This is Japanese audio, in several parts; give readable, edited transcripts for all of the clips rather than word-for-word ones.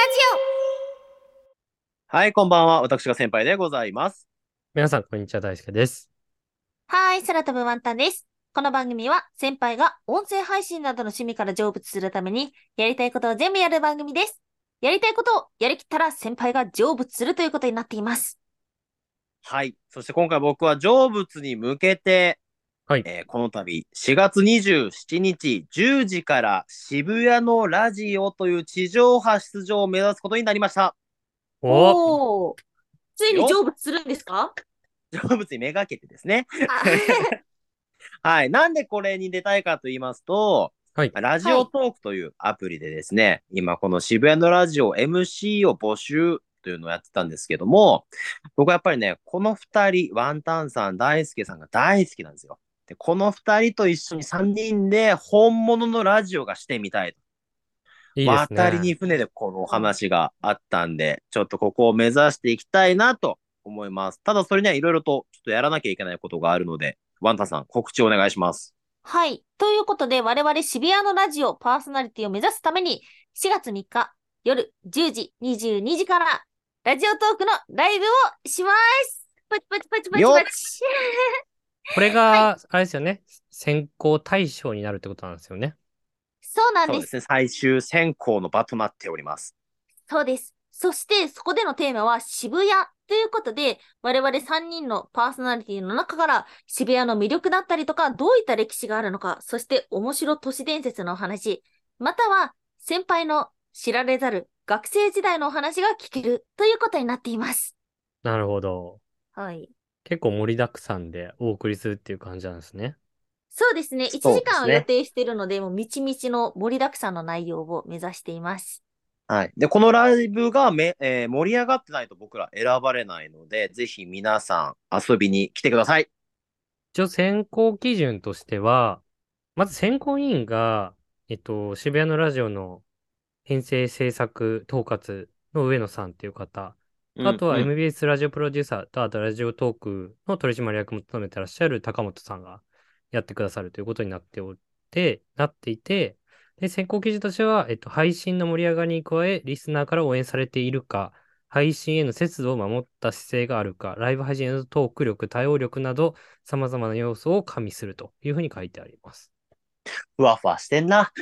はい、こんばんは。私が先輩でございます。 皆さん、こんにちは。大輔です。 はい、空飛ぶワンタンです。この番組は先輩が音声配信などの趣味から成仏するためにやりたいことを全部やる番組です。やりたいことをやりきったら先輩が成仏するということになっています。 はい。そして今回僕は成仏に向けて、 はい。 この度4月27日10時から渋谷のラジオという地上波出場を目指すことになりました。 お、 おー、ついによ。 成仏するんですか？ 成仏にめがけてですね。 あはい。なんでこれに出たいかと言いますと、 はい。 ラジはい。 オトークというアプリでですね、今この渋谷のラジオ MC を募集というのをやってたんですけども、僕はやっぱりね、この二人、ワンタンさん、大輔さんが大好きなんですよ。で、この二人と一緒に三人で本物のラジオがしてみたい。 いいです渡りね。 に船でこのお話があったんで、ちょっとここを目指していきたいなと思います。ただそれにはいろいろとちょっとやらなきゃいけないことがあるので、ワンタンさん告知お願いします。 はい。ということで、我々渋谷のラジオパーソナリティを目指すために、4月3日夜10時、22時から、ラジオトークのライブをします。パチパチパチパチよっ。 パチ。 これはい。 が、あれですよね。選考対象になるってことなんですよね。 そうなんです。 そうですね。最終選考の場となっております。 そうです。そして、そこでのテーマは渋谷ということで、我々3人のパーソナリティの中から渋谷の魅力だったりとか、どういった歴史があるのか、そして面白都市伝説のお話、または先輩の知られざる学生時代のお話が聞けるということになっています。 なるほど。 はい。 結構盛りだくさんでお送りするっていう感じなんですね。 そうですね。1時間を予そうですね。 定しているので、もうみちみちの盛りだくさんの内容を目指しています。 はい。で、このライブが盛り上がってないと僕ら選ばれないので、ぜひ皆さん遊びに来てください。 一応選考基準としては、まず選考委員が、渋谷のラジオの編成制作統括の上野さんっていう方と、あとはうんうん。 MBS ラジオプロデューサーと、あとラジオトークの取締役も務めてらっしゃる高本さんがやってくださるということになっていて、で、選考基準としては、配信の盛り上がりに加え、リスナーから応援されているか、配信への節度を守った姿勢があるか、ライブ配信へのトーク力、対応力など、様々な要素を加味するというふうに書いてあります。 ふわふわしてんな。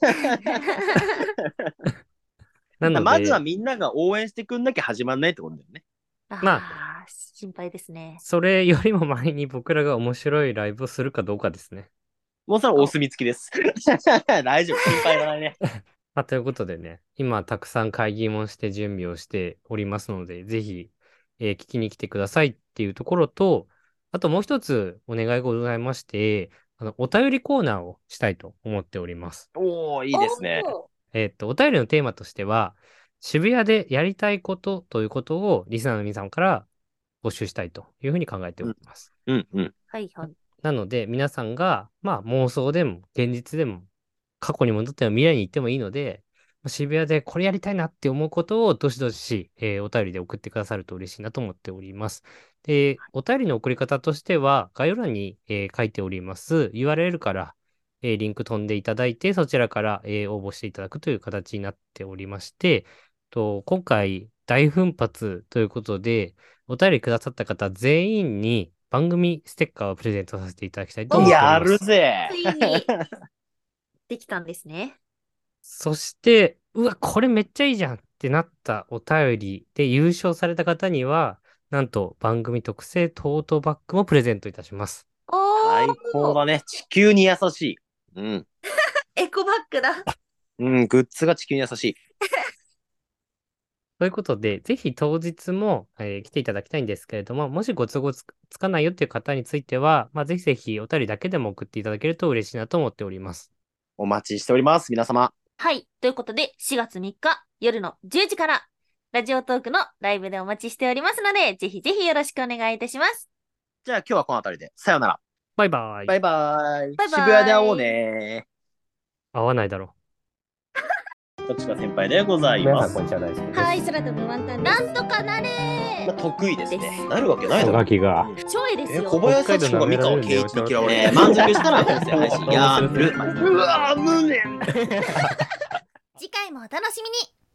なので、 まずはみんなが応援してくんなきゃ始まんないってことだよね。 まあ、 ああ、心配ですね。 それよりも前に僕らが面白いライブをするかどうかですね。 もうそれはおお、 墨付きです。大丈夫。心配いらないね。 まあ、ということでね、今たくさん会議もして準備をしておりますので、ぜひ、聞きに来てくださいっていうところと、あともう一つお願いがございまして、お便りコーナーをしたいと思っております。 おー、いいですね。 おー、 お便りのテーマとしては、渋谷でやりたいことということをリスナーの皆さんから募集したいというふうに考えておうん、 ります。 うん、うん。 はいはい。 なので、皆さんが、まあ妄想でも、現実でも、過去に戻っても未来に行ってもいいので、渋谷でこれやりたいなって思うことをどしどし、お便りで送ってくださると嬉しいなと思っております。で、お便りの送り方としては、概要欄に、書いております URL から、リンク飛んでいただいて、そちらから、応募していただくという形になっておりまして、今回大奮発ということで、お便りくださった方全員に番組ステッカーをプレゼントさせていただきたいと思っておりやるます。 ぜ。 ついにできたんですね。 そして、うわ、これめっちゃいいじゃんってなったお便りで優勝された方には、なんと番組特製トートバッグもプレゼントいたします。 お最高ー、 だね。地球に優しい。うん。 エコバッグだ。 うん、グッズが地球に優しい。 ということで、ぜひ当日も、来ていただきたいんですけれども、もしご都合つかないよっていう方については、まあ、ぜひぜひお便りだけでも送っていただけると嬉しいなと思っております。 お待ちしております。皆様。 はい。ということで、4月3日夜の10時から、ラジオトークのライブでお待ちしておりますので、ぜひぜひよろしくお願いいたします。 じゃあ今日はこの辺りで。さよなら。 バイバイ。 バイバーイ。 バイ渋谷で会おうバイ。 ね。 合わないだろ私が先輩でござう。 います。 にちは、大好きです。 はい、空飛ぶワンタンです。なんとかなれまあ、得意ですね。 ですなるわけないだろ。 ガキが。 超えですよ。 小林幸子が三河圭一に嫌われて、満足したら音声配信やめる。うわー、無念。 次回もお楽しみに。